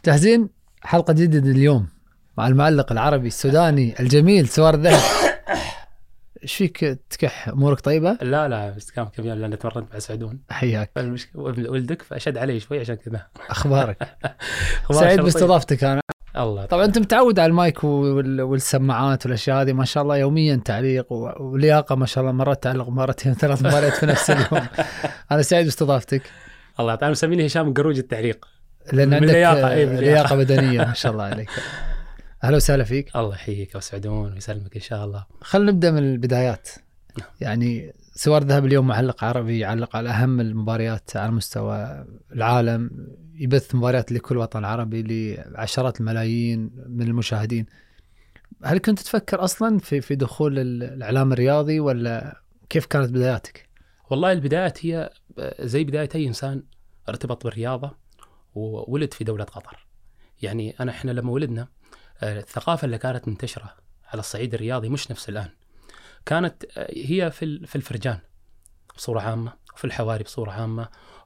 جاهزين؟ حلقة جديدة اليوم مع المعلق العربي السوداني الجميل سوار الذهب. ايش فيك تكح؟ امورك طيبة؟ لا بس كم يوم لأن تمرنت مع سعدون. حياك. ولدك فأشد علي شوي عشان كذا. اخبارك؟ سعيد باستضافتك. انا الله طبعا انت متعود على المايك والسماعات والاشياء هذه، ما شاء الله يوميا تعليق ولياقة ما شاء الله، مرات تعلق مرتين 3 مباريات في نفس اليوم. انا سعيد باستضافتك. الله تعالى مسميني هشام قروج التعليق لأن عندك لياقة بدنية ما شاء الله عليك. أهلا وسهلا فيك. الله يحييك وسعدون ويسلمك إن شاء الله. خلينا نبدأ من البدايات. يعني سوار ذهب اليوم معلق عربي يعلق على أهم المباريات على مستوى العالم، يبث مباريات لكل وطن عربي لعشرات الملايين من المشاهدين. هل كنت تفكر أصلا في دخول الإعلام الرياضي ولا كيف كانت بداياتك؟ والله البدايات هي زي بداية أي إنسان ارتبط بالرياضة وولد في دولة قطر. يعني إحنا لما ولدنا الثقافة اللي كانت منتشرة على الصعيد الرياضي مش نفس الآن. كانت هي في الفرجان بصورة عامة وفي الحواري بصورة عامة،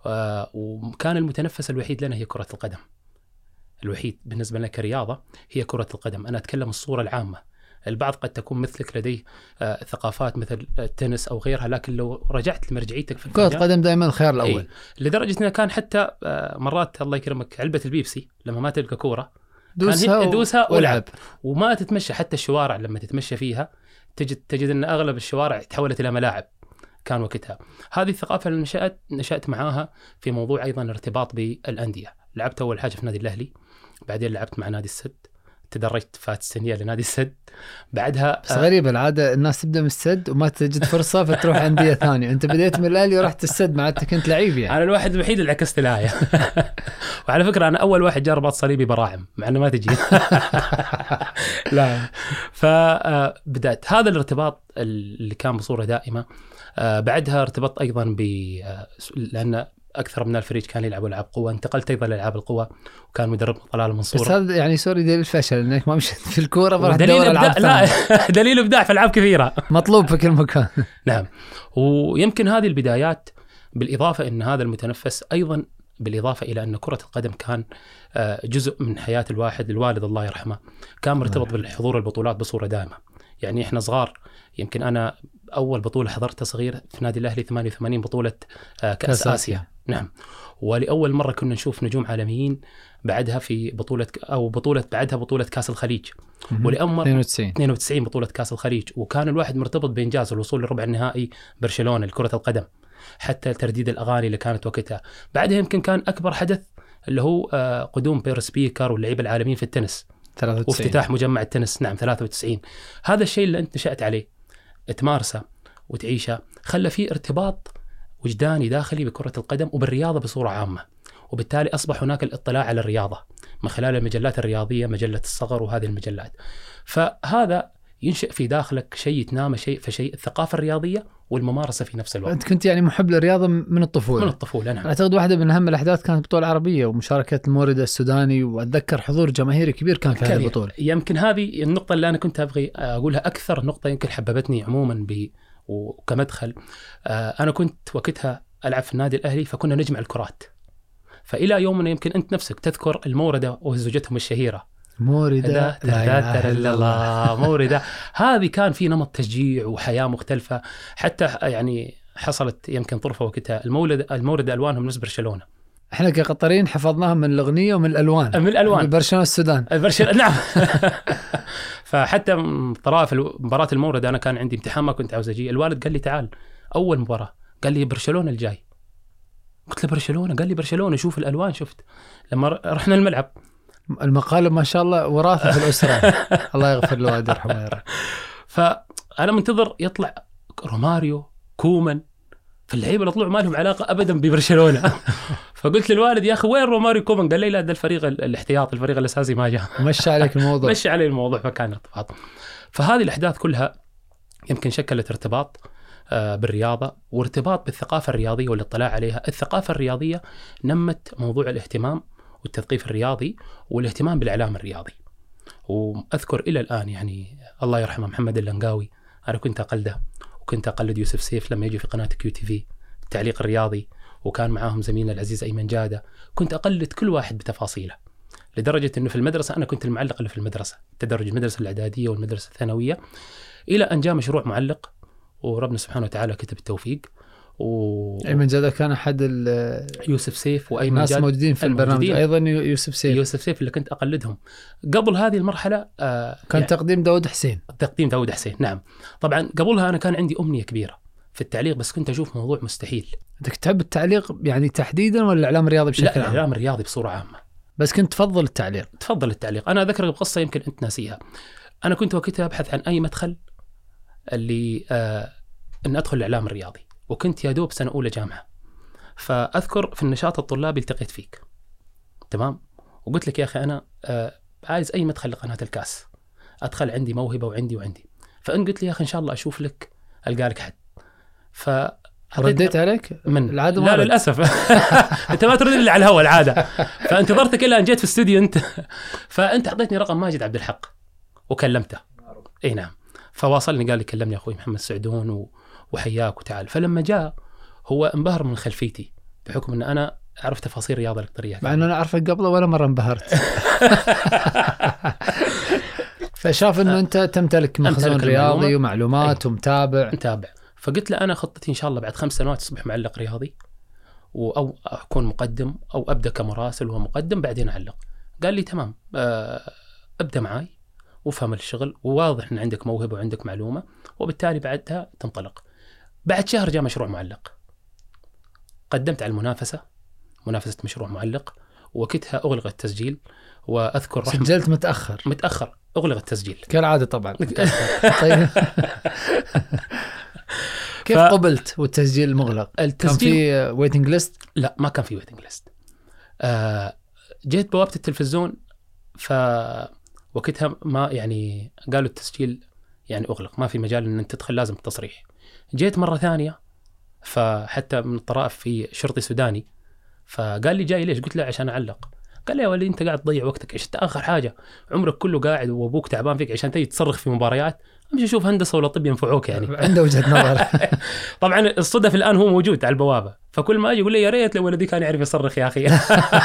وكان المتنفس الوحيد لنا هي كرة القدم. الوحيد بالنسبة لنا كرياضة هي كرة القدم. أنا أتكلم الصورة العامة. البعض قد تكون مثلك لديه ثقافات مثل التنس أو غيرها، لكن لو رجعت لمرجعيتك في كرة القدم دائما الخيار الأول. لدرجة أنه كان حتى مرات الله يكرمك علبة البيبسي لما ما تلقى كورة دوسها والعب، وما تتمشى. حتى الشوارع لما تتمشى فيها تجد أن أغلب الشوارع تحولت إلى ملاعب كان وقتها. هذه الثقافة اللي نشأت معاها في موضوع أيضا ارتباط بالأندية. لعبت أول حاجة في نادي الأهلي، بعدين لعبت مع نادي السد، تدرجت فات السنية لنادي السد. بعدها بس غريبة العادة الناس تبدأ من السد وما تجد فرصة فتروح أندية ثانية. أنت بديت من الأهلي ورحت السد، معناته كنت لعيب يعني. أنا الواحد الوحيد اللي عكست الآية. وعلى فكرة أنا أول واحد جاء رباط صليبي براعم، مع أنه ما تجي. لا. فبدأت هذا الارتباط اللي كان بصورة دائمة. بعدها ارتبطت أيضا لأن أكثر من الفريق كان يلعبوا ألعاب قوة. انتقلت أيضا لألعاب القوة وكان مدرب طلال منصور. بس هذا يعني سوري دليل الفشل إنك ما مشيت في الكورة فرح تدور ألعاب ثانية. لا دليل إبداع في ألعاب كثيرة. مطلوب في كل مكان. نعم. ويمكن هذه البدايات، بالإضافة إن هذا المتنفس أيضا، بالإضافة إلى أن كرة القدم كان جزء من حياة الوالد الله يرحمه، كان مرتبط بالحضور البطولات بصورة دائمة. يعني إحنا صغار، يمكن أنا أول بطولة حضرتها صغير في نادي الأهلي 88 بطولة كأس آسيا. نعم. ولأول مرة كنا نشوف نجوم عالميين بعدها في بطولة بعدها بطولة كأس الخليج. ولأول 92 بطولة كأس الخليج. وكان الواحد مرتبط بإنجاز الوصول لربع النهائي برشلونة لكرة القدم، حتى ترديد الأغاني اللي كانت وقتها. بعدها يمكن كان أكبر حدث اللي هو قدوم بير سبيكر واللعيبة العالميين في التنس 93. وافتتاح مجمع التنس. نعم 93. هذا الشيء اللي أنت نشأت عليه تمارسه وتعيشه خلى فيه ارتباط وجداني داخلي بكرة القدم وبالرياضة بصورة عامة. وبالتالي أصبح هناك الاطلاع على الرياضة من خلال المجلات الرياضية، مجلة الصغر وهذه المجلات. فهذا ينشئ في داخلك شيء، يتنامى شيء فشيء، الثقافة الرياضية والممارسة في نفس الوقت. أنت كنت يعني محب للرياضة من الطفولة؟ من الطفولة نعم. أعتقد واحدة من أهم الأحداث كانت بطولة عربية ومشاركة المورد السوداني، وأتذكر حضور جماهيري كبير كان في هذه البطولة. يمكن هذه النقطة اللي أنا كنت أبغي أقولها، أكثر نقطة يمكن حببتني عموما وكمدخل. أنا كنت وقتها ألعب في النادي الأهلي، فكنا نجمع الكرات. فإلى يومنا يمكن أنت نفسك تذكر الموردة وزوجتهم الشهيرة موردة، لا إله إلا الله. موردة. هذه كان في نمط تشجيع وحياة مختلفة. حتى يعني حصلت يمكن طرفة وقتها الموردة ألوانهم نفس برشلونة. احنا كقطرين حفظناها من الأغنية ومن الألوان. من الألوان برشلونة السودان. نعم. فحتى طرائف مباراة الموردة أنا كان عندي امتحان ما كنت عاوز أجي. الوالد قال لي تعال أول مباراة، قال لي برشلونة الجاي. قلت له برشلونة؟ قال لي برشلونة، شوف الألوان. شفت لما رحنا الملعب المقالب ما شاء الله وراثة في الأسرة. الله يغفر له ويرحمه. فأنا منتظر يطلع روماريو، كومان، في اللعيبة اللي طلعوا ما لهم علاقة أبدا ببرشلونة. فقلت للوالد يا أخي وين روماريو كومان؟ قال لي لا، ده الفريق الاحتياط، الفريق الأساسي ما جاء. مشى عليك الموضوع. مشى علي الموضوع. فكان ارتباط. فهذه الأحداث كلها يمكن شكلت ارتباط بالرياضة وارتباط بالثقافة الرياضية والاطلاع عليها. الثقافة الرياضية نمت موضوع الاهتمام والتثقيف الرياضي والاهتمام بالإعلام الرياضي. وأذكر إلى الآن يعني الله يرحمه محمد اللنقاوي، أنا كنت أقلده، وكنت أقلد يوسف سيف لما يجي في قناة QTV التعليق الرياضي، وكان معاهم زميلنا العزيز أيمن جادة. كنت أقلد كل واحد بتفاصيله. لدرجة أنه في المدرسة أنا كنت المعلق اللي في المدرسة، تدرج المدرسة الإعدادية والمدرسة الثانوية، إلى أن جاء مشروع معلق وربنا سبحانه وتعالى كتب التوفيق. أيمن جادة كان أحد يوسف سيف وأيمن الناس جاد موجودين في البرنامج، أيضا يوسف سيف اللي كنت أقلدهم قبل هذه المرحلة. كان يعني تقديم داود حسين. نعم. طبعا قبلها أنا كان عندي أمنية كبيرة في التعليق، بس كنت أشوف موضوع مستحيل. أنت تحب التعليق يعني تحديدا ولا الإعلام الرياضي بشكل عام؟ لا، الإعلام الرياضي بصورة عامة، بس كنت تفضل التعليق. تفضل التعليق. أنا أذكر بقصة يمكن أنت ناسيها. أنا كنت وقتها أبحث عن أي مدخل اللي أن أدخل الإعلام الرياضي، وكنت يا دوب سنة أولى جامعة. فأذكر في النشاط الطلابي التقيت فيك، تمام، وقلت لك يا أخي أنا عايز أي مدخل لقناة الكاس أدخل، عندي موهبة وعندي. فأنت قلت لي يا أخي إن شاء الله أشوف لك ألقى لك حد. رديت عليك من العادة؟ لا للأسف. أنت ما ترد لي على الهواء العادة. فانتظرتك إلا أن جيت في استوديو أنت. فأنت أعطيتني رقم ماجد عبد الحق وكلمته. أي نعم. فواصلني قال لي كلمني أخوي محمد سعدون وحياك وتعال. فلما جاء هو انبهر من خلفيتي بحكم أن أنا أعرف تفاصيل رياضة الإلكترونية، مع أنه أنا أعرفك قبله ولا مرة انبهرت. فشاف أنه أنت تمتلك مخزون رياضي ومعلومات ومتابع. فقلت له أنا خطتي إن شاء الله بعد 5 سنوات أصبح معلق رياضي، أو أكون مقدم، أو أبدأ كمراسل ومقدم بعدين أعلق. قال لي تمام، أبدأ معاي وفهم الشغل، وواضح أن عندك موهبة وعندك معلومة، وبالتالي بعدها تنطلق. بعد شهر جاء مشروع معلق، قدمت على منافسة مشروع معلق، ووقتها أغلق التسجيل. وأذكر سجلت متأخر، أغلق التسجيل كالعادة طبعا. طيب. كيف قبلت والتسجيل مغلق؟ كان في ويتنج ليست؟ لا، ما كان في ويتنج ليست. جيت بوابة التلفزيون، فوقتها ما يعني قالوا التسجيل يعني أغلق، ما في مجال أن أنت تدخل، لازم تصريح. جيت مرة ثانية، فحتى من الطرائف في شرطي سوداني، فقال لي جاي ليش؟ قلت له عشان أعلق. قال لي يا ولي أنت قاعد تضيع وقتك، إيش تأخر حاجة؟ عمرك كله قاعد وأبوك تعبان فيك عشان تيجي تصرخ في مباريات. أمشي شوف هندسة ولا طب ينفعوك يعني. عنده وجهة نظر. طبعا الصدف الآن هو موجود على البوابة، فكل ما أجي يقول لي يا ريت لو ولدي كان يعرف يصرخ يا أخي.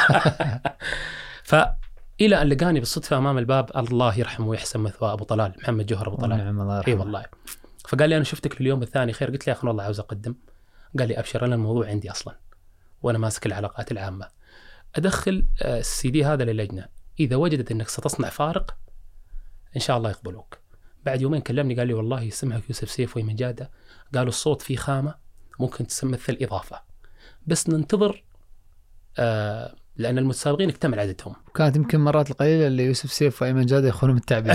فإلى أن لقاني بالصدفة أمام الباب، الله يرحمه ويحسن مثواه، أبو طلال، محمد جوهر أبو طلال. نعم الله يرحمه. إي والله. فقال لي أنا شفتك اليوم الثاني خير. قلت له يا أخي والله عاوز أقدم. قال لي أبشر، أنا الموضوع عندي أصلا وأنا ماسك العلاقات العامة، أدخل الCD هذا للجنة، إذا وجدت أنك ستصنع فارق إن شاء الله يقبلوك. بعد يومين كلمني قال لي والله يسمعك يوسف سيف وأيمن جادة، قالوا الصوت فيه خامة ممكن تمثل إضافة، بس ننتظر لأن المتسابقين اكتمل عددهم. كانت يمكن مرات القليلة اللي يوسف سيف وأيمن جادة يخونهم التعبير.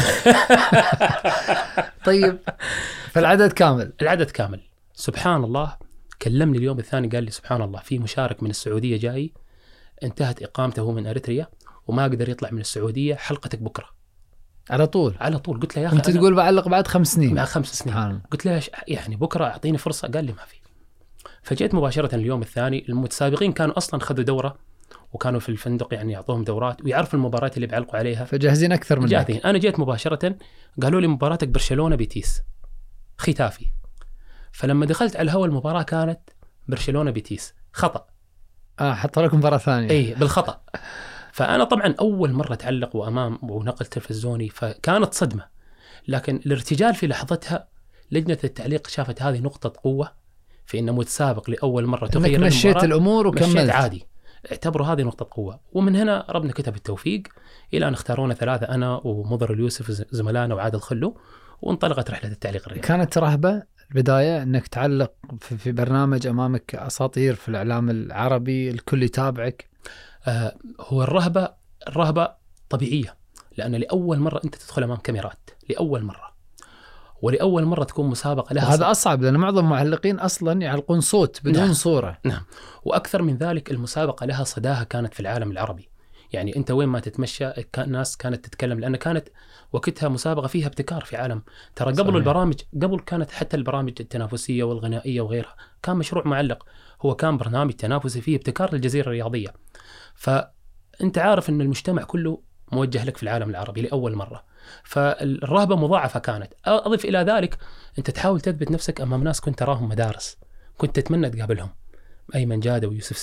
طيب، فالعدد كامل. سبحان الله، كلمني اليوم الثاني قال لي سبحان الله في مشارك من السعودية جاي، انتهت إقامته من أريتريا وما قدر يطلع من السعودية، حلقتك بكرة. على طول. قلت له يا أخي أنت تقول بعلق بعد 5 سنين. مع 5 سنين. قلت له يعني بكرة أعطيني فرصة. قال لي ما في. فجيت مباشرة اليوم الثاني. المتسابقين كانوا أصلا خذوا دورة وكانوا في الفندق يعني يعطوهم دورات ويعرفوا المباريات اللي بيعلقوا عليها، فجاهزين أكثر من جاهزين. أنا جيت مباشرة قالوا لي مباراتك برشلونة بيتيس ختافي. فلما دخلت على الهواء المباراة كانت برشلونة بيتيس خطأ. حط لكم مباراة ثانية. أي بالخطأ. فأنا طبعا أول مرة أتعلق وأمام ونقل تلفزيوني، فكانت صدمة. لكن الارتجال في لحظتها لجنة التعليق شافت هذه نقطة قوة في إنه متسابق لأول مرة تغير المباراة. مشيت الأمور وكملت عادي. اعتبروا هذه نقطة قوة. ومن هنا ربنا كتب التوفيق إلى أن اختارونا 3 أنا ومضر اليوسف زملانا وعادل خلو، وانطلقت رحلة التعليق الرياضي. كانت رهبة البداية أنك تعلق في برنامج أمامك أساطير في الإعلام العربي الكل يتابعك؟ هو الرهبة طبيعية، لأن لأول مرة أنت تدخل أمام كاميرات، لأول مرة تكون مسابقة لها. هذا أصعب، لأن معظم المعلقين أصلا يعلقون صوت بدون صورة. نعم. وأكثر من ذلك المسابقة لها صداها كانت في العالم العربي. يعني أنت وين ما تتمشى الناس كانت تتكلم، لأن كانت وقتها مسابقة فيها ابتكار في عالم. ترى قبل صحيح. البرامج قبل كانت حتى البرامج التنافسية والغنائية وغيرها كان مشروع معلق، هو كان برنامج تنافسي فيه ابتكار للجزيرة الرياضية. فأنت عارف أن المجتمع كله موجه لك في العالم العربي لأول مرة، فالرهبة مضاعفة كانت. أضف إلى ذلك أنت تحاول تثبت نفسك أمام ناس كنت تراهم مدارس، كنت تتمنى تقابلهم، أيمن جادة ويوسف سيف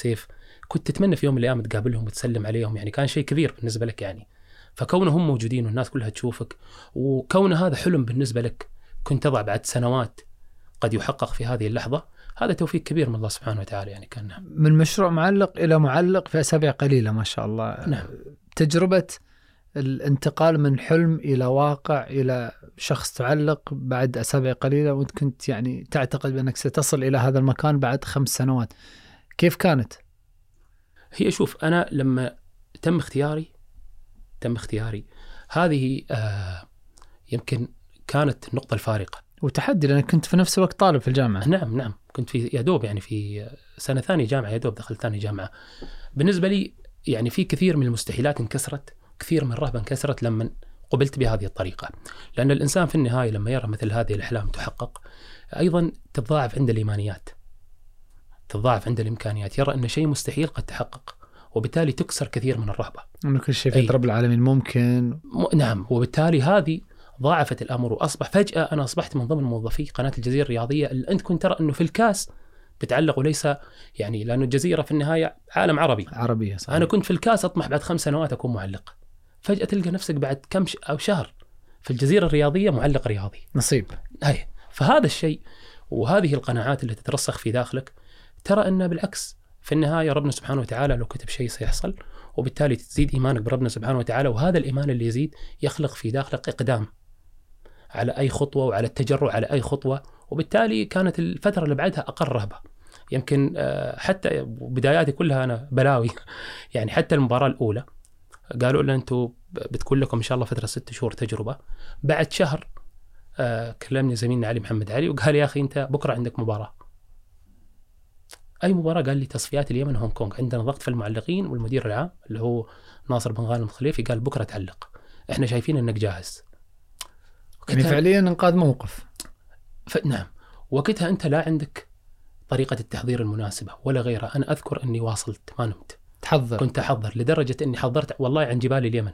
كنت تتمنى في يوم من الأيام تقابلهم وتسلم عليهم، يعني كان شيء كبير بالنسبة لك يعني. فكونهم موجودين والناس كلها تشوفك، وكون هذا حلم بالنسبة لك كنت تضع بعد سنوات قد يحقق في هذه اللحظة، هذا توفيق كبير من الله سبحانه وتعالى يعني. كان من مشروع معلق إلى معلق في أسابيع قليلة ما شاء الله. نعم. تجربة الانتقال من حلم إلى واقع إلى شخص تعلق بعد أسابيع قليلة، وأنت كنت يعني تعتقد بأنك ستصل إلى هذا المكان بعد 5 سنوات، كيف كانت؟ هي شوف، أنا لما تم اختياري هذه يمكن كانت النقطة الفارقة وتحدي، لأنك كنت في نفس الوقت طالب في الجامعة. نعم كنت في يدوب يعني في سنة ثانية جامعة، يدوب دخلت ثاني جامعة. بالنسبة لي يعني في كثير من المستحيلات انكسرت، كثير من الرهبة انكسرت لما قبلت بهذه الطريقة. لأن الإنسان في النهاية لما يرى مثل هذه الأحلام تحقق، أيضا تتضاعف عند الإيمانيات، تتضاعف عند الإمكانيات، يرى أن شيء مستحيل قد تحقق، وبالتالي تكسر كثير من الرهبة أنه كل شيء في رب العالمين ممكن. نعم. وبالتالي هذه ضاعفت الأمر، وأصبح فجأة أنا أصبحت من ضمن موظفي قناة الجزيرة الرياضية اللي أنت كنت ترى أنه في الكاس بتعلق، وليس يعني لأنه الجزيرة في النهاية عالم عربية صحيح. أنا كنت في الكاس أطمح بعد 5 سنوات أكون معلق، فجأة تلقى نفسك بعد كم أو شهر في الجزيرة الرياضية معلق رياضي. نصيب. هاي. فهذا الشيء وهذه القناعات اللي تترسخ في داخلك، ترى أنه بالعكس في النهاية ربنا سبحانه وتعالى لو كتب شيء سيحصل، وبالتالي تزيد إيمانك بربنا سبحانه وتعالى، وهذا الإيمان اللي يزيد يخلق في داخلك إقدام على أي خطوة وعلى التجرؤ على أي خطوة. وبالتالي كانت الفترة اللي بعدها أقل رهبة. يمكن حتى بداياتي كلها أنا بلاوي يعني. حتى المباراة الأولى قالوا لنا أنتوا بتكون لكم إن شاء الله فترة 6 شهور تجربة. بعد شهر كلمني زميلنا علي محمد علي وقال يا أخي أنت بكرة عندك مباراة. أي مباراة؟ قال لي تصفيات اليمن هونغ كونغ، عندنا ضغط في المعلقين، والمدير العام اللي هو ناصر بن غانم الخليفي قال بكرة تعلق، إحنا شايفين أنك جاهز. يعني فعليا انقاذ موقف. نعم. وقتها أنت لا عندك طريقة التحضير المناسبة ولا غيرها. أنا أذكر أني واصلت ما نمت تحضر، كنت أحضر لدرجة أني حضرت والله عن جبال اليمن،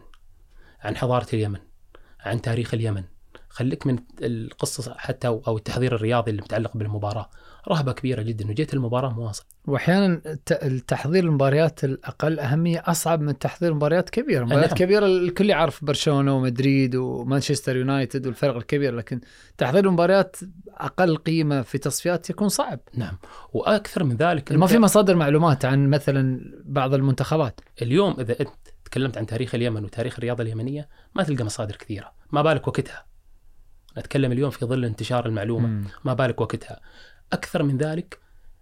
عن حضارة اليمن، عن تاريخ اليمن. خليك من القصة حتى أو التحضير الرياضي اللي متعلق بالمباراة، رهبة كبيرة جدا، وجيت المباراة مواصل. وأحيانا التحضير المباريات الأقل أهمية أصعب من تحضير مباريات كبيرة. مباريات كبيرة الكل يعرف برشلونة ومدريد ومانشستر يونايتد والفرق الكبير، لكن تحضير المباريات أقل قيمة في تصفيات يكون صعب. نعم. وأكثر من ذلك ما في مصادر معلومات عن مثلا بعض المنتخبات. اليوم إذا أنت تكلمت عن تاريخ اليمن وتاريخ الرياضة اليمنية ما تلقى مصادر كثيرة، ما بالك وقتها. نتكلم اليوم في ظل انتشار المعلومة، ما بالك وقتها. أكثر من ذلك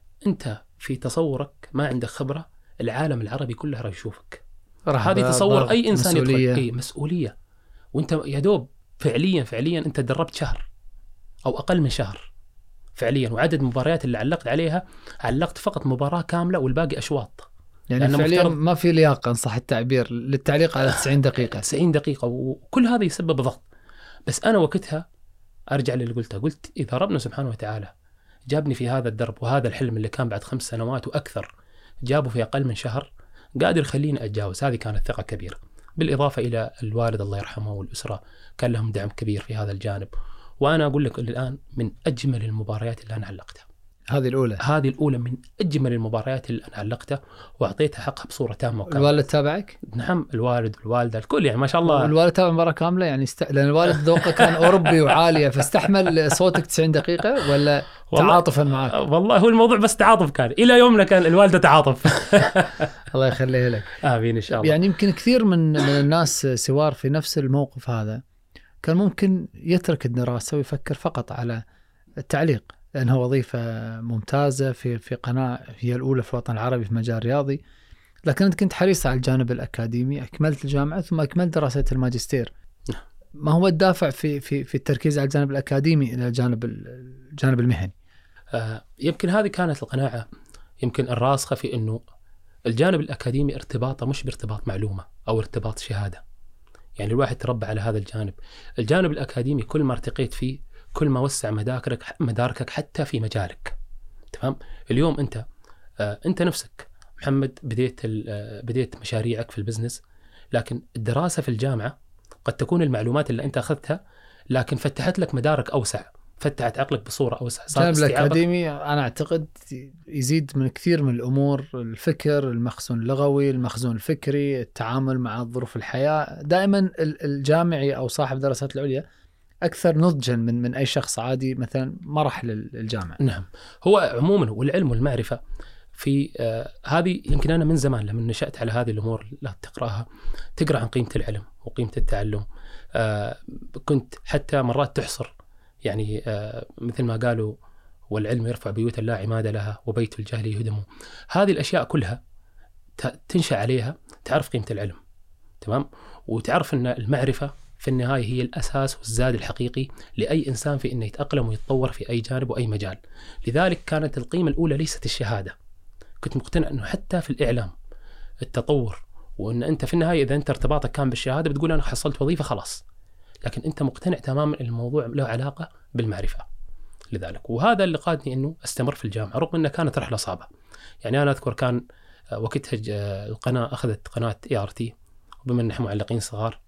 أنت في تصورك ما عندك خبرة، العالم العربي كله راح يشوفك. هذه تصور أي إنسان يدخل مسؤولية. وأنت يا دوب فعليا أنت دربت شهر أو أقل من شهر فعليا، وعدد المباريات اللي علقت عليها علقت فقط مباراة كاملة والباقي أشواط. يعني فعليا ما في لياقة إن صح التعبير للتعليق على 90 دقيقة. 90 دقيقة، وكل هذا يسبب ضغط. بس أنا وقتها أرجع للي قلت إذا ربنا سبحانه وتعالى جابني في هذا الدرب وهذا الحلم اللي كان بعد 5 سنوات وأكثر جابه في أقل من شهر، قادر يخليني أتجاوز. هذه كانت ثقة كبيرة، بالإضافة إلى الوالد الله يرحمه والأسرة كان لهم دعم كبير في هذا الجانب. وأنا أقول لك الآن من أجمل المباريات اللي أنا علقتها هذه الأولى من أجمل المباريات اللي أنا علقتها، وأعطيتها حقها بصورة تامة وكاملة. الوالد تابعك؟ نعم، الوالد والوالدة الكل يعني ما شاء الله. والوالد تابع مباراة كاملة يعني لأن الوالد ذوقه كان أوروبي وعالية، فاستحمل صوتك 90 دقيقة ولا تعاطفا معك؟ والله هو الموضوع بس تعاطف، كان إلى يومنا كان الوالدة تعاطف. الله يخليه لك. آمين إن شاء الله. يعني يمكن كثير من الناس سوار في نفس الموقف هذا كان ممكن يترك الدراسة ويفكر فقط على التعليق، لأنها وظيفة ممتازة في قناة هي الأولى في الوطن العربي في مجال رياضي، لكن أنت كنت حريص على الجانب الأكاديمي، أكملت الجامعة ثم أكملت دراسة الماجستير. ما هو الدافع في التركيز على الجانب الأكاديمي إلى الجانب المهني؟ يمكن هذه كانت القناعة يمكن الراسخة في أنه الجانب الأكاديمي ارتباطه مش بارتباط معلومة أو ارتباط شهادة. يعني الواحد تربى على هذا الجانب الأكاديمي كل ما ارتقيت فيه كل ما وسع مداركك حتى في مجالك. تمام. اليوم أنت نفسك محمد بديت مشاريعك في البزنس، لكن الدراسة في الجامعة قد تكون المعلومات اللي أنت أخذتها لكن فتحت لك مدارك أوسع، فتحت عقلك بصوره اوسع. الجانب الاكاديمي انا اعتقد يزيد من كثير من الامور، الفكر، المخزون اللغوي، المخزون الفكري، التعامل مع ظروف الحياه. دائما الجامعي او صاحب دراسات العليا اكثر نضجا من اي شخص عادي مثلا ما راح للجامعه. نعم، هو عموما والعلم والمعرفه في هذه يمكن انا من زمان لما نشأت على هذه الامور لا تقراها، تقرا عن قيمه العلم وقيمه التعلم. كنت حتى مرات تحصر يعني مثل ما قالوا والعلم يرفع بيوت لا عماد لها وبيت الجهل يهدم. هذه الاشياء كلها تنشأ عليها، تعرف قيمه العلم تمام، وتعرف ان المعرفه في النهايه هي الاساس والزاد الحقيقي لاي انسان في انه يتاقلم ويتطور في اي جانب واي مجال. لذلك كانت القيمه الاولى ليست الشهاده. كنت مقتنع انه حتى في الاعلام التطور، وان انت في النهايه اذا انت ارتباطك كان بالشهاده بتقول انا حصلت وظيفه خلاص، لكن انت مقتنع تماما ان الموضوع له علاقه بالمعرفه. لذلك وهذا اللي قادني انه استمر في الجامعه رغم انها كانت رحله صعبه. يعني انا اذكر كان وقتها القناه اخذت قناه ERT، وبما ان احنا معلقين صغار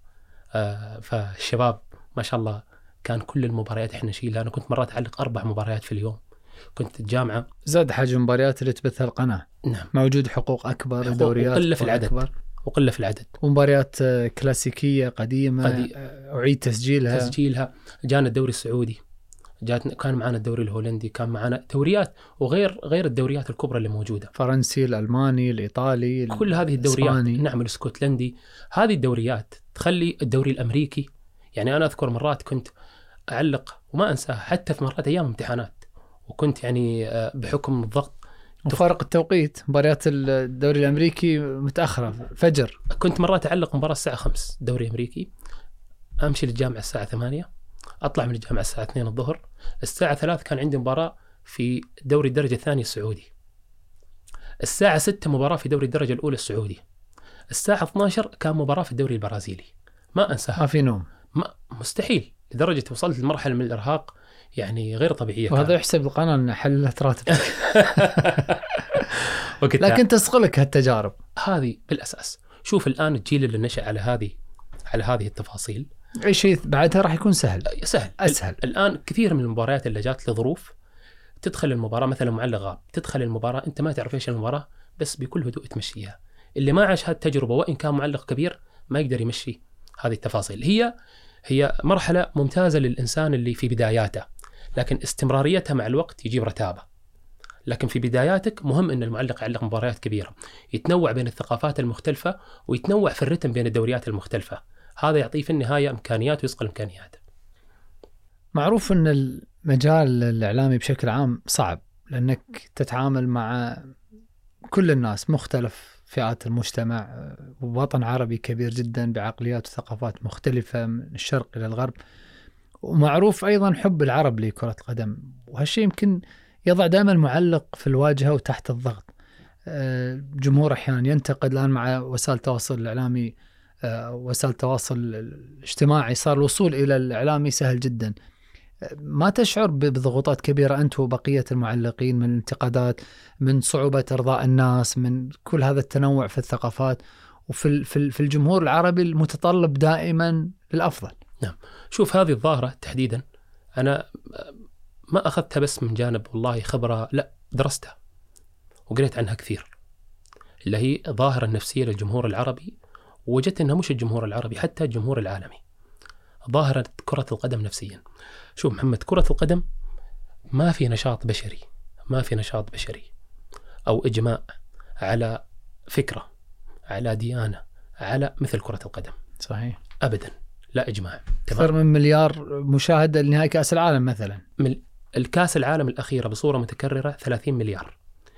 فالشباب ما شاء الله كان كل المباريات احنا نشيلها. انا كنت مرات اعلق 4 مباريات في اليوم. كنت الجامعه زاد حجم المباريات اللي تبثها القناه. نعم، موجود حقوق اكبر، دوريات وقله في العدد أكبر. وقله في العدد، ومباريات كلاسيكيه قديمه اعيد تسجيلها. جانا الدوري السعودي، كان معنا الدوري الهولندي، كان معنا دوريات وغير الدوريات الكبرى اللي موجوده، فرنسي، الالماني، الايطالي، كل هذه الدوريات. الإسباني. نعم، الاسكتلندي. هذه الدوريات تخلي الدوري الامريكي. يعني انا اذكر مرات كنت اعلق وما انساها حتى في مرات ايام امتحانات، وكنت يعني بحكم الضغط وفارق التوقيت، مباريات الدوري الامريكي متاخره فجر. كنت مرات اعلق مباراه الساعه 5 دوري امريكي، امشي للجامعه الساعه 8، اطلع من الجامعه الساعه 2 الظهر. الساعه 3 كان عندي مباراه في دوري الدرجه الثانيه السعودي. الساعه 6 مباراه في دوري الدرجه الاولى السعودي. الساعه 12 كان مباراه في الدوري البرازيلي. ما انساها. ما في نوم. مستحيل، لدرجه وصلت لمرحله من الارهاق يعني غير طبيعيه. وهذا يحسب القناه ان حلت راتبك. لكن تسقلك هالتجارب هذه بالاساس. شوف الان الجيل اللي نشأ على هذه التفاصيل، اي شيء بعدها راح يكون سهل اسهل. الان كثير من المباريات اللي جات لظروف تدخل المباراه مثلا معلق غاب، تدخل المباراه انت ما تعرف ايش المباراه، بس بكل هدوء تمشيها. اللي ما عاش هذه التجربه وان كان معلق كبير ما يقدر يمشي هذه التفاصيل. هي مرحله ممتازه للانسان اللي في بداياته، لكن استمراريتها مع الوقت يجيب رتابه. لكن في بداياتك مهم ان المعلق يعلق مباريات كبيره، يتنوع بين الثقافات المختلفه، ويتنوع في الرتم بين الدوريات المختلفه. هذا يعطيه في النهايه امكانيات ويصقل امكانياته. معروف ان المجال الاعلامي بشكل عام صعب، لانك تتعامل مع كل الناس، مختلف فئات المجتمع، ووطن عربي كبير جدا بعقليات وثقافات مختلفه من الشرق الى الغرب. ومعروف ايضا حب العرب لكره القدم، وهالشيء يمكن يضع دائما المعلق في الواجهه وتحت الضغط. الجمهور احيانا ينتقد. الان مع وسائل التواصل الاعلامي، وسائل التواصل الاجتماعي، صار الوصول الى الاعلامي سهل جدا. ما تشعر بضغوطات كبيره انت وبقيه المعلقين من الانتقادات، من صعوبه ارضاء الناس، من كل هذا التنوع في الثقافات وفي الجمهور العربي المتطلب دائما للافضل؟ نعم، شوف هذه الظاهره تحديدا انا ما اخذتها بس من جانب والله خبره، لا درستها وقريت عنها كثير، اللي هي ظاهره النفسيه للجمهور العربي. ووجدت انها مش الجمهور العربي، حتى الجمهور العالمي، ظاهره كره القدم نفسيا. شوف محمد، كره القدم ما في نشاط بشري او اجماع على فكره، على ديانه، على مثل كره القدم. صحيح، ابدا لا اجماع. اكثر من مليار مشاهده لنهائي كاس العالم مثلا. الكاس العالم الاخيره بصوره متكرره 30 مليار.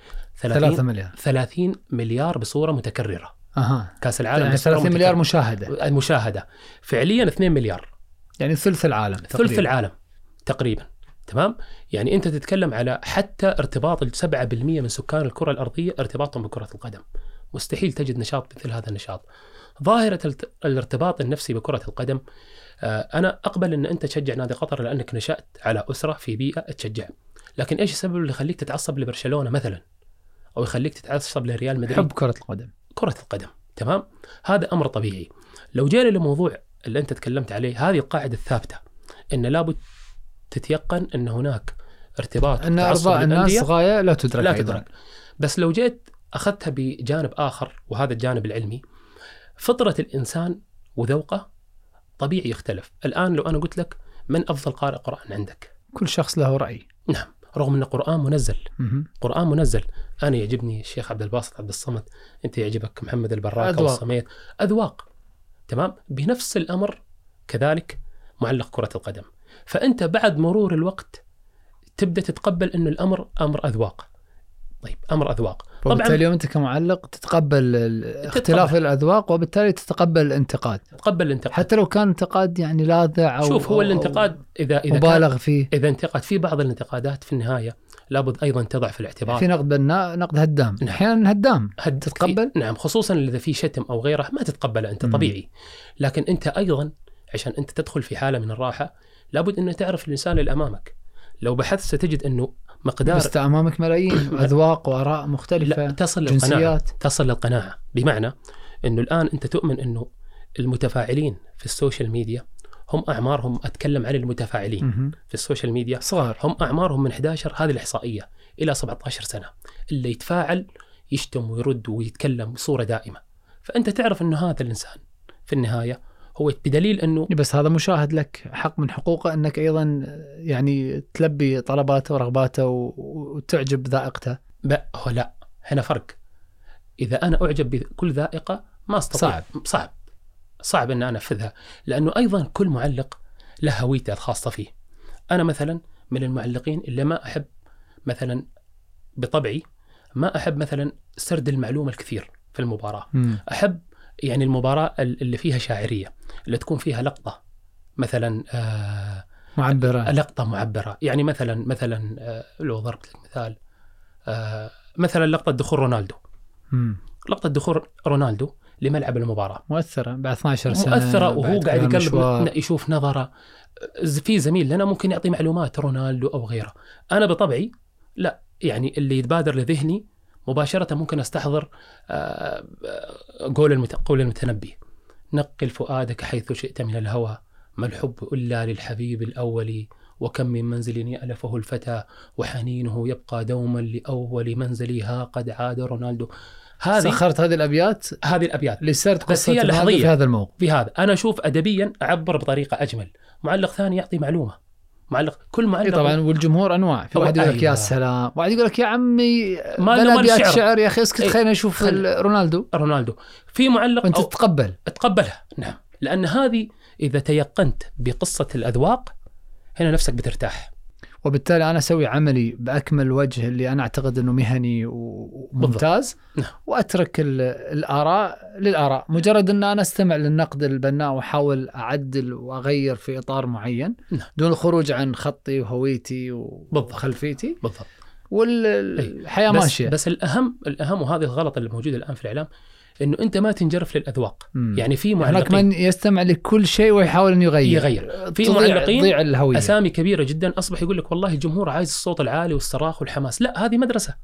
30 مليار بصوره متكرره. كاس العالم يعني 30 مليار مشاهده فعليا 2 مليار، يعني ثلث العالم تقريبا. تمام، يعني انت تتكلم على حتى ارتباط 7% من سكان الكره الارضيه ارتباطهم بكره القدم. مستحيل تجد نشاط مثل هذا النشاط. ظاهره الارتباط النفسي بكره القدم، انا اقبل ان انت تشجع نادي قطر لانك نشأت على اسره في بيئه تشجع، لكن ايش السبب اللي يخليك تتعصب لبرشلونه مثلا، او يخليك تتعصب لريال مدريد؟ حب كره القدم. تمام، هذا امر طبيعي. لو جينا لموضوع اللي انت تكلمت عليه، هذه القاعده الثابته ان لابد تتيقن أن هناك ارتباط أن أرضاء الناس غاية لا تدرك. لا تدرك. بس لو جيت أخذتها بجانب آخر، وهذا الجانب العلمي، فطرة الإنسان وذوقه طبيعي يختلف. الآن لو أنا قلت لك من أفضل قارئ قرآن عندك، كل شخص له رأي. نعم، رغم أن القرآن منزل. قرآن منزل. أنا يعجبني الشيخ عبد الباسط عبد الصمد، أنت يعجبك محمد البراك أو الصميد. أذواق. تمام. بنفس الأمر كذلك معلق كرة القدم. فأنت بعد مرور الوقت تبدأ تتقبل أن الأمر أمر أذواق. طيب، أمر أذواق. وبالتالي اليوم أنت كمعلق تتقبل اختلاف الأذواق، وبالتالي تتقبل الانتقاد. تتقبل الانتقاد حتى لو كان انتقاد يعني لاذع أو شوف، هو الانتقاد إذا مبالغ فيه. إذا انتقد في بعض الانتقادات في النهاية لابد أيضا تضع في الاعتبار. في نقد بناء، نقد هدام. نعم. أحيانا هدام تتقبل. نعم، خصوصا إذا في شتم أو غيره ما تتقبله أنت، طبيعي. لكن أنت أيضا عشان أنت تدخل في حالة من الراحة لابد أن تعرف الإنسان اللي أمامك. لو بحثت ستجد أنه مقدار، بس أمامك ملايين أذواق وآراء مختلفة. لا، جنسيات. تصل للقناعة. بمعنى أنه الآن أنت تؤمن أنه المتفاعلين في السوشيال ميديا هم أعمارهم، أتكلم عن المتفاعلين في السوشيال ميديا صغار، هم أعمارهم من 11 هذه الإحصائية إلى 17 سنة. اللي يتفاعل يشتم ويرد ويتكلم بصورة دائمة. فأنت تعرف أنه هذا الإنسان في النهاية هو بدليل أنه بس هذا مشاهد لك، حق من حقوقه أنك أيضا يعني تلبي طلباته ورغباته وتعجب ذائقته. لا، هنا فرق. إذا أنا أعجب بكل ذائقة ما استطيع، صعب أن أنا أنفذها، لأنه أيضا كل معلق له هويته الخاصة فيه. أنا مثلا من المعلقين اللي ما أحب مثلا بطبعي ما أحب مثلا سرد المعلومة الكثير في المباراة. أحب يعني المباراة اللي فيها شاعرية، اللي تكون فيها لقطة مثلا معبرة، لقطة معبرة. يعني مثلا لو ضربت لك مثال، مثلا لقطة دخول رونالدو. لقطة دخول رونالدو لملعب المباراة مؤثرة بعد 12 سنة، مؤثرة، وهو قاعد يقلب يشوف نظرة. في زميل لنا ممكن يعطي معلومات رونالدو أو غيره. أنا بطبعي لا، يعني اللي يتبادر لذهني مباشرة ممكن أستحضر قول المتنبي: نقل فؤادك حيث شئت من الهوى، ما الحب إلا للحبيب الأول، وكم من منزل يألفه الفتى، وحنينه يبقى دوما لأول منزلي، ها قد عاد رونالدو. سخرت هذه الأبيات لسرد قصة لحظية في هذا الموقف. في هذا أنا أشوف أدبيا أعبر بطريقة أجمل. معلق ثاني يعطي معلومة، كل معلق طبعا. والجمهور أنواع، في واحد يقول لك يا سلام، واحد يقول لك يا عمي بلا أبيات شعر يا أخي اسكت، خلينا نشوف رونالدو. في معلق وأنت تقبلها. نعم، لأن هذه إذا تيقنت بقصة الأذواق هنا نفسك بترتاح. وبالتالي أنا أسوي عملي بأكمل وجه اللي أنا أعتقد أنه مهني وممتاز، وأترك الآراء للآراء. مجرد أن أنا أستمع للنقد البناء وأحاول أعدل وأغير في إطار معين دون الخروج عن خطي وهويتي وخلفيتي. بالضبط. والحياة ماشية. بس الأهم وهذا الغلط اللي موجود الآن في الإعلام، إنه أنت ما تنجرف للأذواق. يعني في معلقين من يستمع لكل شيء ويحاول أن يغير. في معلقين أسامي كبيرة جدا أصبح يقول لك والله الجمهور عايز الصوت العالي والصراخ والحماس. لا، هذه مدرسة.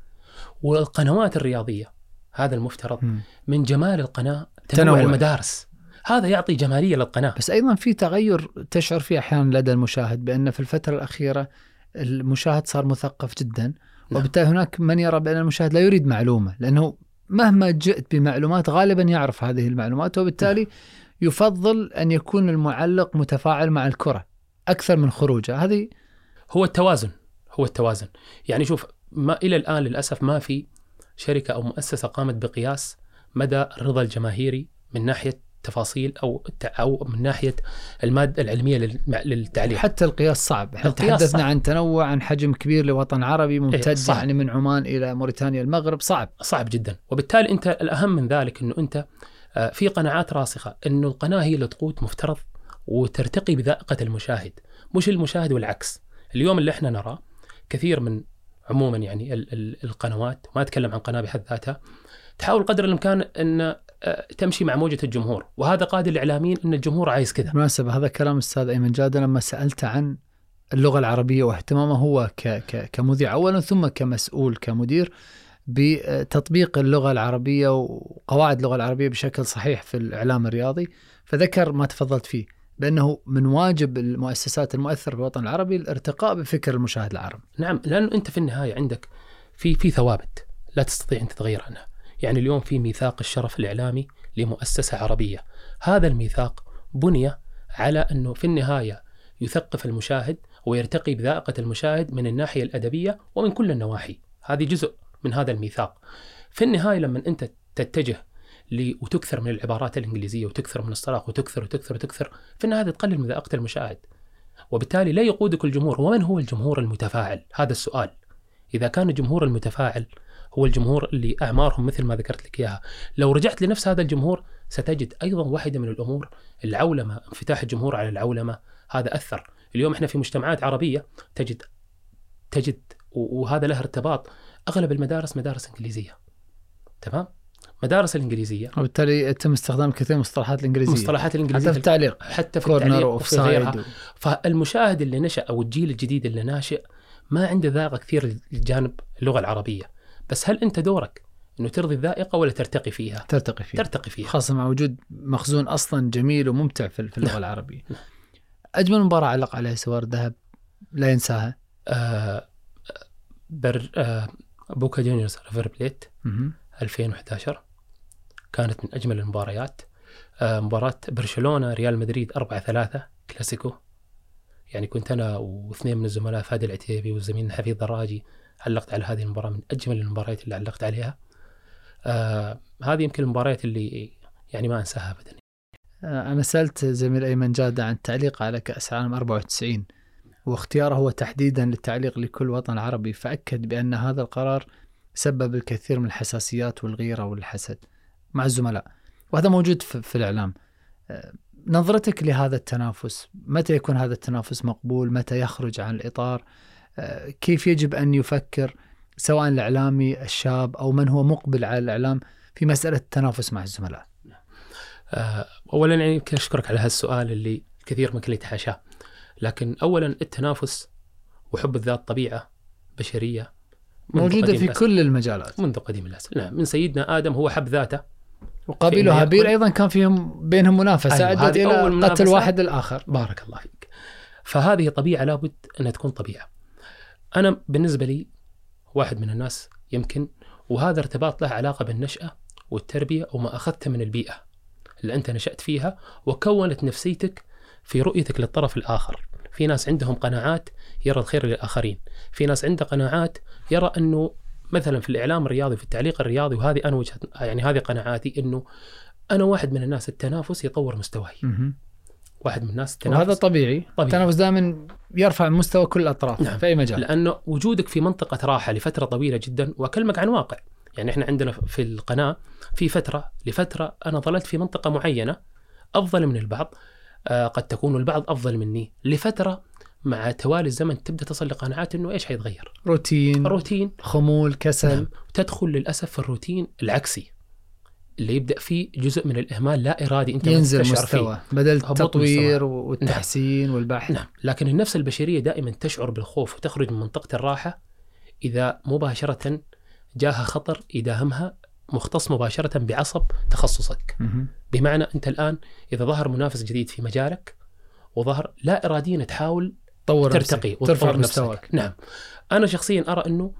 والقنوات الرياضية هذا المفترض من جمال القناة تنوع المدارس، هذا يعطي جمالية للقناة. بس أيضا في تغير تشعر فيه أحيانا لدى المشاهد، بأن في الفترة الأخيرة المشاهد صار مثقف جدا، وبالتالي هناك من يرى بأن المشاهد لا يريد معلومة، لأنه مهما جئت بمعلومات غالبا يعرف هذه المعلومات، وبالتالي يفضل أن يكون المعلق متفاعل مع الكرة أكثر من خروجه. هذه هو التوازن. يعني شوف، ما إلى الآن للأسف ما في شركة أو مؤسسة قامت بقياس مدى الرضا الجماهيري من ناحية تفاصيل أو من ناحية المادة العلمية للتعليق. حتى القياس صعب. احنا تحدثنا عن تنوع، عن حجم كبير لوطن عربي ممتد، يعني من عمان إلى موريتانيا المغرب. صعب جدا. وبالتالي أنت الأهم من ذلك أنه أنت في قناعات راسخة أنه القناة هي اللي تقود مفترض وترتقي بذائقة المشاهد، مش المشاهد والعكس. اليوم اللي احنا نرى كثير من عموما يعني القنوات، ما أتكلم عن قناة بحد ذاتها، تحاول قدر الإمكان أن تمشي مع موجة الجمهور، وهذا قائد الإعلاميين أن الجمهور عايز كذا. بالمناسبة هذا كلام الأستاذ أيمن جاد لما سألت عن اللغة العربية واهتمامه هو كمذيع أولا، ثم كمسؤول كمدير بتطبيق اللغة العربية وقواعد اللغة العربية بشكل صحيح في الإعلام الرياضي، فذكر ما تفضلت فيه، بأنه من واجب المؤسسات المؤثرة في الوطن العربي الارتقاء بفكر المشاهد العربي. نعم، لأنه أنت في النهاية عندك في ثوابت لا تستطيع أن تتغير عنها. يعني اليوم في ميثاق الشرف الإعلامي لمؤسسة عربية، هذا الميثاق بني على أنه في النهاية يثقف المشاهد ويرتقي بذائقة المشاهد من الناحية الأدبية ومن كل النواحي. هذه جزء من هذا الميثاق. في النهاية لما أنت تتجه وتكثر من العبارات الإنجليزية وتكثر من الصراخ وتكثر وتكثر وتكثر، في النهاية تقلل من ذائقة المشاهد، وبالتالي لا يقودك الجمهور. ومن هو الجمهور المتفاعل؟ هذا السؤال. إذا كان الجمهور المتفاعل هو الجمهور اللي أعمارهم مثل ما ذكرت لك إياها، لو رجعت لنفس هذا الجمهور ستجد أيضا واحدة من الأمور العولمة، انفتاح الجمهور على العولمة، هذا أثر. اليوم إحنا في مجتمعات عربية تجد وهذا له ارتباط، أغلب المدارس مدارس إنجليزية، تمام؟ مدارس الإنجليزية، وبالتالي يتم استخدام كثير من المصطلحات الإنجليزية، مصطلحات الإنجليزية حتى في التعليق، حتى في التعليق وفي غيرها. و... فالمشاهد اللي نشأ أو الجيل الجديد اللي ناشئ ما عنده ذائقة كثير لجانب اللغة العربية. بس هل أنت دورك إنه ترضي الذائقة ولا ترتقي فيها؟ ترتقي فيها، خاصة مع وجود مخزون أصلا جميل وممتع في اللغة العربية. أجمل مباراة علق عليها سوار الذهب لا ينساها بوكا جونيورز ريفر بليت 2011 كانت من أجمل المباريات. مباراة برشلونة ريال مدريد 4-3 كلاسيكو، يعني كنت أنا واثنين من الزملاء فادي العتيبي والزميل حفيظ دراجي علقت على هذه المباراة، من أجمل المباريات اللي علقت عليها. هذه يمكن المباريات اللي يعني ما أنساها أبدا. أنا سألت زميل أيمن جادة عن التعليق على كأس العالم 94 واختياره هو تحديدا للتعليق لكل وطن عربي، فأكد بأن هذا القرار سبب الكثير من الحساسيات والغيرة والحسد مع الزملاء، وهذا موجود في الإعلام. نظرتك لهذا التنافس، متى يكون هذا التنافس مقبول، متى يخرج عن الإطار، كيف يجب أن يفكر سواء الإعلامي الشاب أو من هو مقبل على الإعلام في مسألة التنافس مع الزملاء؟ أولا يعني يمكن أشكرك على هذا السؤال اللي كثير ممكن يتحاشاه، لكن أولا التنافس وحب الذات طبيعة بشرية موجودة في كل المجالات منذ قديم الأزل. نعم، من سيدنا آدم هو حب ذاته، وقابيل وهابيل أيضا كان فيهم بينهم منافسة أدت إلى قتل واحد الآخر. بارك الله فيك. فهذه طبيعة لابد أن تكون طبيعة. أنا بالنسبة لي واحد من الناس يمكن، وهذا ارتباط له علاقة بالنشأة والتربية وما أخذته من البيئة اللي أنت نشأت فيها وكونت نفسيتك في رؤيتك للطرف الآخر. في ناس عندهم قناعات يرى الخير للآخرين، في ناس عنده قناعات يرى أنه مثلا في الإعلام الرياضي، في التعليق الرياضي، وهذه أنا يعني هذه قناعاتي، أنه أنا واحد من الناس التنافس يطور مستواي. واحد من الناس التنافس، وهذا طبيعي. التنافس دائما يرفع مستوى كل الأطراف. نعم. في أي مجال، لأنه وجودك في منطقة راحة لفترة طويلة جدا. وأكلمك عن واقع، يعني إحنا عندنا في القناة في لفترة أنا ظلت في منطقة معينة أفضل من البعض، قد تكون البعض أفضل مني لفترة، مع توالي الزمن تبدأ تصل لقناعات إنه إيش هيتغير، روتين، خمول، كسل. نعم. تدخل للأسف في الروتين العكسي اللي يبدأ فيه جزء من الإهمال لا إرادي، أنت ينزل مستوى بدل التطوير والتحسين. نعم. والبحث. نعم. لكن النفس البشرية دائما تشعر بالخوف وتخرج من منطقة الراحة إذا مباشرة جاها خطر يداهمها مختص مباشرة بعصب تخصصك. بمعنى أنت الآن إذا ظهر منافس جديد في مجالك وظهر، لا إراديا تحاول ترتقي وترفع مستواك. نعم. أنا شخصيا أرى أنه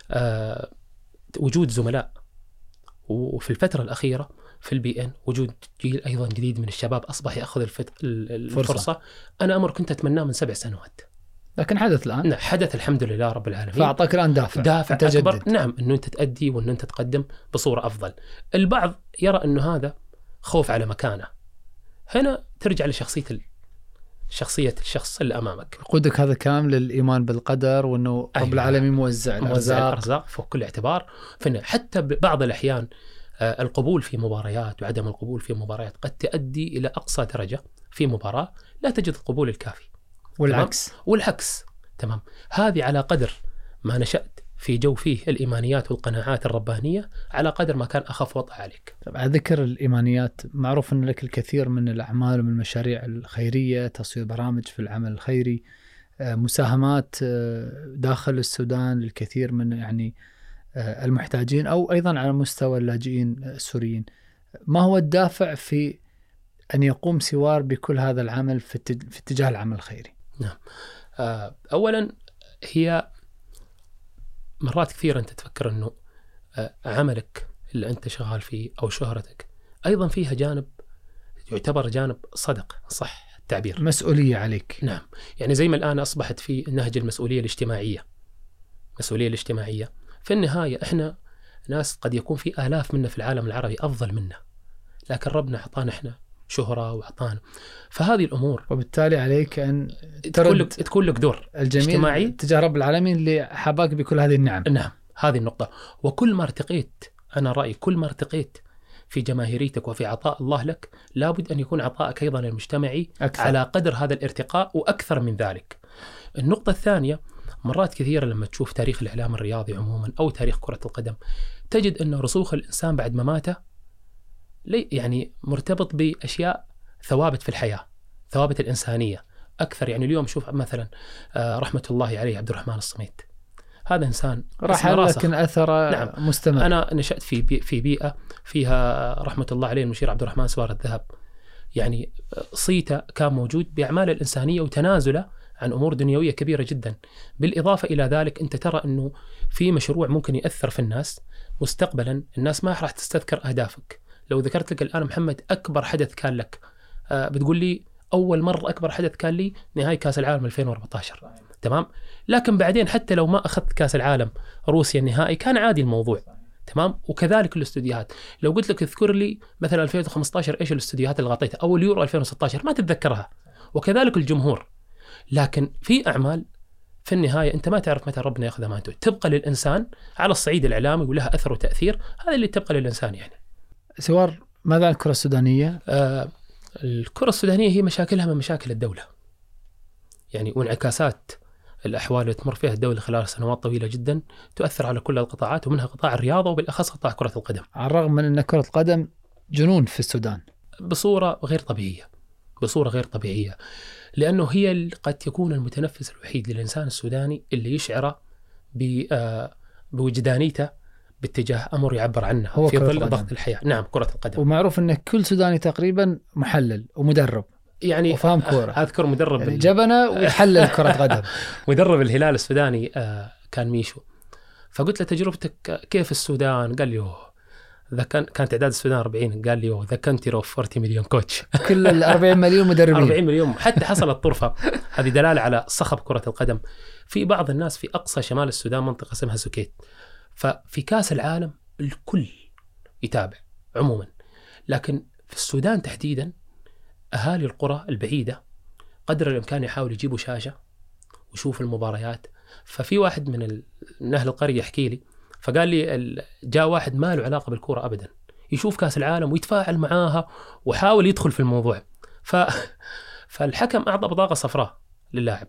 وجود زملاء، وفي الفترة الأخيرة في البي إن وجود جيل أيضا جديد من الشباب أصبح يأخذ الفرصة. أنا أمر كنت أتمناه من 7 سنوات، لكن حدث الآن. نعم، حدث الحمد لله رب العالمين، فأعطاك الآن دافع أكبر. نعم، أنه أنت تأدي وأنه أنت تقدم بصورة أفضل. البعض يرى أنه هذا خوف على مكانه. هنا ترجع لشخصية الشخص اللي أمامك. يقودك هذا الكلام للإيمان بالقدر، وأنه رب العالمين موزع الأرزاق فوق كل اعتبار. حتى بعض الأحيان القبول في مباريات وعدم القبول في مباريات قد تؤدي إلى أقصى درجة في مباراة لا تجد القبول الكافي، والعكس. تمام. هذه على قدر ما نشأت في جو فيه الإيمانيات والقناعات الربانية، على قدر ما كان أخف وطأ عليك. على ذكر الإيمانيات، معروف أن لك الكثير من الأعمال ومن المشاريع الخيرية، تصوير برامج في العمل الخيري، مساهمات داخل السودان للكثير من يعني المحتاجين، أو أيضا على مستوى اللاجئين السوريين. ما هو الدافع في أن يقوم سوار بكل هذا العمل في اتجاه العمل الخيري؟ نعم. أولا هي مرات كثيرة أنت تفكر أنه عملك اللي أنت شغال فيه أو شهرتك أيضا فيها جانب يعتبر جانب صدق، صح التعبير، مسؤولية عليك. نعم. يعني زي ما الآن أصبحت في نهج المسؤولية الاجتماعية، مسؤولية الاجتماعية في النهاية إحنا ناس قد يكون في آلاف منا في العالم العربي أفضل منا، لكن ربنا أعطانا إحنا شهرة وأعطانا، فهذه الأمور وبالتالي عليك أن تكون لك دور الجميل اجتماعي تجاه رب العالمين اللي حباك بكل هذه النعم. نعم، هذه النقطة. وكل ما ارتقيت، أنا رأيي كل ما ارتقيت في جماهيريتك وفي عطاء الله لك، لابد أن يكون عطائك أيضا المجتمعي أكثر. على قدر هذا الارتقاء وأكثر من ذلك. النقطة الثانية، مرات كثيرة لما تشوف تاريخ الإعلام الرياضي عموما أو تاريخ كرة القدم، تجد أن رسوخ الإنسان بعد مماته يعني مرتبط بأشياء ثوابت في الحياة، ثوابت الإنسانية أكثر. يعني اليوم شوف مثلا رحمة الله عليه عبد الرحمن الصميت، هذا إنسان رحل لكن أثر نعم مستمر. أنا نشأت في بيئة فيها رحمة الله عليه المشير عبد الرحمن سوار الذهب، يعني صيته كان موجود بأعمال الإنسانية وتنازله عن أمور دنيوية كبيرة جدا. بالإضافة إلى ذلك أنت ترى أنه في مشروع ممكن يأثر في الناس مستقبلا، الناس ما راح تستذكر أهدافك. لو ذكرت لك الآن محمد أكبر حدث كان لك، بتقول لي أول مرة أكبر حدث كان لي نهاية كأس العالم 2014، تمام. لكن بعدين حتى لو ما أخذت كأس العالم روسيا النهائي كان عادي الموضوع، تمام. وكذلك الاستوديوهات، لو قلت لك اذكر لي مثلا 2015 إيش الاستوديوهات اللي غطيتها، أو اليورو 2016 ما تتذكرها، وكذلك الجمهور. لكن في أعمال في النهاية أنت ما تعرف متى ربنا يأخذ أمانته، تبقى للإنسان على الصعيد الإعلامي ولها أثر وتأثير، هذا اللي تبقى للإنسان. يعني سوار، ماذا عن الكرة السودانية؟ الكرة السودانية هي مشاكلها من مشاكل الدولة، يعني وانعكاسات الأحوال اللي تمر فيها الدولة خلال سنوات طويلة جدا تؤثر على كل القطاعات ومنها قطاع الرياضة وبالأخص قطاع كرة القدم، على الرغم من أن كرة القدم جنون في السودان بصورة غير طبيعية، بصورة غير طبيعية، لأنه هي قد يكون المتنفس الوحيد للإنسان السوداني اللي يشعر بوجدانيته باتجاه أمر يعبر عنه في ظل ضغط الحياة. نعم، كرة القدم. ومعروف أن كل سوداني تقريبا محلل ومدرب يعني وفاهم كورة. أذكر مدرب يعني جبنة ويحلل كرة قدم. مدرب الهلال السوداني كان ميشو، فقلت له تجربتك كيف السودان؟ قال لي كانت تعداد السودان 40، قال لي ذا كنتري اوف 40 مليون كوتش. كل ال 40 مليون مدربين. 40 مليون، حتى حصلت طرفة. هذه دلالة على صخب كرة القدم. في بعض الناس في أقصى شمال السودان منطقة اسمها سوكيت، ففي كأس العالم الكل يتابع عموما، لكن في السودان تحديدا أهالي القرى البعيدة قدر الإمكان يحاول يجيبوا شاشة ويشوف المباريات. ففي واحد من أهل القرية يحكي لي، فقال لي جاء واحد ما له علاقة بالكرة أبدا يشوف كأس العالم ويتفاعل معاها وحاول يدخل في الموضوع، فالحكم أعطى بطاقة صفراء للاعب،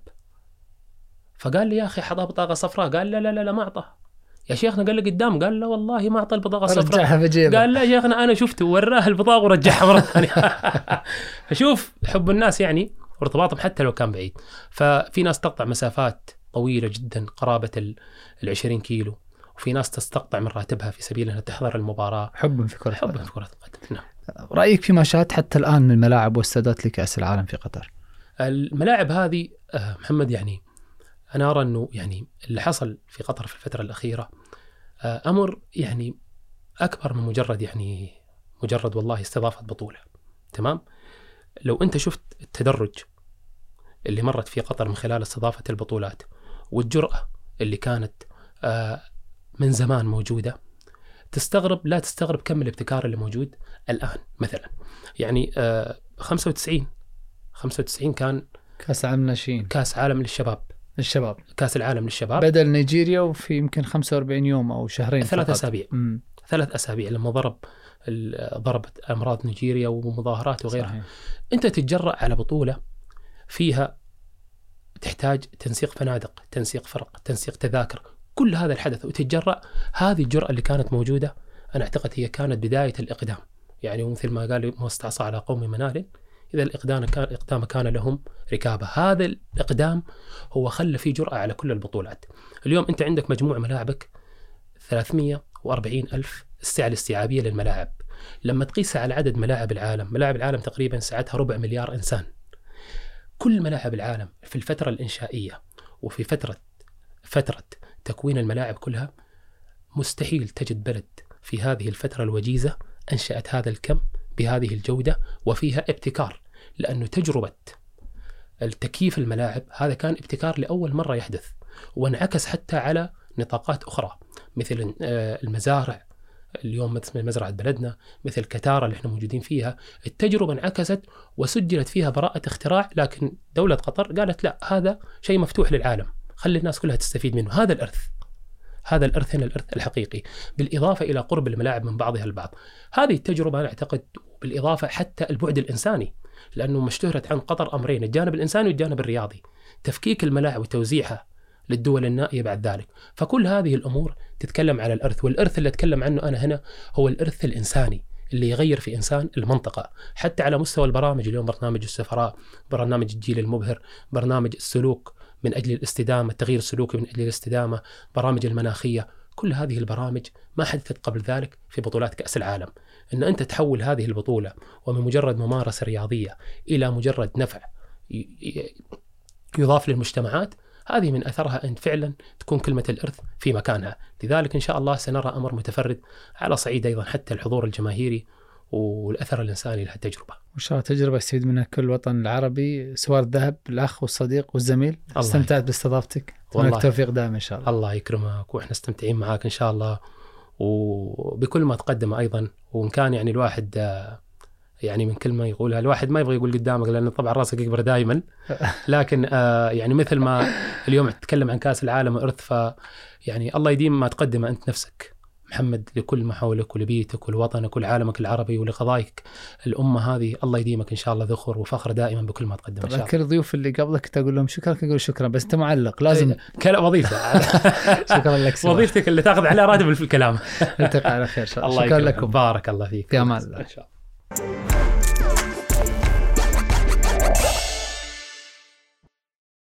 فقال لي يا أخي حطها بطاقة صفراء، قال لا ما أعطى يا شيخنا، قال لي قدام، قال لا والله ما أعطى البطاقة الصفراء، قال لا يا شيخنا أنا شفته وراه البطاقة ورجعها مرة ثانية. فشوف حب الناس يعني وارتباطهم حتى لو كان بعيد. ففي ناس تقطع مسافات طويلة جدا قرابة 20 كيلو، وفي ناس تستقطع من راتبها في سبيل أنها تحضر المباراة حبا في كرة القدم. نعم. رأيك فيما شاهدت حتى الآن من الملاعب واستادات لكأس العالم في قطر؟ الملاعب هذه محمد، يعني أنا أرى أنه يعني اللي حصل في قطر في الفترة الأخيرة أمر يعني أكبر من مجرد والله استضافة بطولة، تمام. لو أنت شفت التدرج اللي مرت في قطر من خلال استضافة البطولات والجرأة اللي كانت من زمان موجودة، لا تستغرب كم الابتكار اللي موجود الآن. مثلا يعني 95 كان كأس عالم ناشئين، كأس عالم للشباب، كأس العالم للشباب بدأ نيجيريا وفي يمكن 45 يوم أو شهرين، 3 أسابيع. 3 أسابيع لما ضربت أمراض نيجيريا ومظاهرات وغيرها. صحيح. أنت تتجرأ على بطولة فيها تحتاج تنسيق فنادق، تنسيق فرق، تنسيق تذاكر، كل هذا الحدث وتتجرأ. هذه الجرأة اللي كانت موجودة أنا أعتقد هي كانت بداية الإقدام. يعني مثل ما قال ما استعصى على قوم منال إذا الإقدام كان لهم ركابة. هذا الإقدام هو خلى فيه جرأة على كل البطولات. اليوم أنت عندك مجموع ملاعبك 340,000 السعة الاستيعابية للملاعب، لما تقيسها على عدد ملاعب العالم، ملاعب العالم تقريبا سعتها 4 مليار إنسان. كل ملاعب العالم في الفترة الإنشائية وفي فترة تكوين الملاعب كلها، مستحيل تجد بلد في هذه الفترة الوجيزة أنشأت هذا الكم بهذه الجودة وفيها ابتكار. لأنه تجربة التكييف الملاعب هذا كان ابتكار لأول مرة يحدث، وانعكس حتى على نطاقات أخرى مثل المزارع. اليوم مثل مزرعة بلدنا، مثل كتارة اللي احنا موجودين فيها، التجربة انعكست وسجلت فيها براءة اختراع، لكن دولة قطر قالت لا، هذا شيء مفتوح للعالم، خلي الناس كلها تستفيد منه. هذا الإرث هنا الإرث الحقيقي، بالإضافة إلى قرب الملاعب من بعضها البعض. هذه التجربة أنا أعتقد، بالإضافة حتى البعد الإنساني، لأنه مشتهرت عن قطر أمرين، الجانب الإنساني والجانب الرياضي، تفكيك الملاعب وتوزيعها للدول النائية بعد ذلك. فكل هذه الأمور تتكلم على الإرث، والإرث اللي أتكلم عنه أنا هنا هو الإرث الإنساني اللي يغير في إنسان المنطقة. حتى على مستوى البرامج اليوم، برنامج السفراء، برنامج الجيل المبهر، برنامج السلوك من أجل الاستدامة، التغيير السلوكي من أجل الاستدامة، برامج المناخية، كل هذه البرامج ما حدثت قبل ذلك في بطولات كأس العالم. إن أنت تحول هذه البطولة ومن مجرد ممارسة رياضية إلى مجرد نفع يضاف للمجتمعات، هذه من أثرها أن فعلا تكون كلمة الإرث في مكانها. لذلك إن شاء الله سنرى أمر متفرد على صعيد أيضا حتى الحضور الجماهيري والأثر الإنساني لهالتجربة. وإن شاء الله تجربة يستفيد منها كل الوطن العربي. سوار الذهب، الأخ والصديق والزميل، استمتعت باستضافتك، ولك توفيق دائما إن شاء الله. الله يكرمك، وإحنا استمتعين معاك إن شاء الله، وبكل ما تقدم أيضا. وإن كان يعني الواحد يعني من كلمة يقولها، الواحد ما يبغى يقول قدامك لأنه طبعا راسك يكبر دائما، لكن يعني مثل ما اليوم تتكلم عن كأس العالم وإرث، فيعني الله يديم ما تقدم أنت نفسك محمد لكل ما حولك ولبيتك ولوطنك ولعالمك العربي ولقضاياك الأمة هذه. الله يديمك إن شاء الله ذخر وفخر دائما بكل ما تقدم إن شاء الله. كل الضيوف اللي قبلك تقول لهم شكرا، يقول شكرا، بس أنت معلق لازم وظيفة. شكرا لك، وظيفتك اللي تأخذ عليها راتب في الكلام. نلتقي على خير. شكرا لكم، بارك الله فيك، في أمان الله.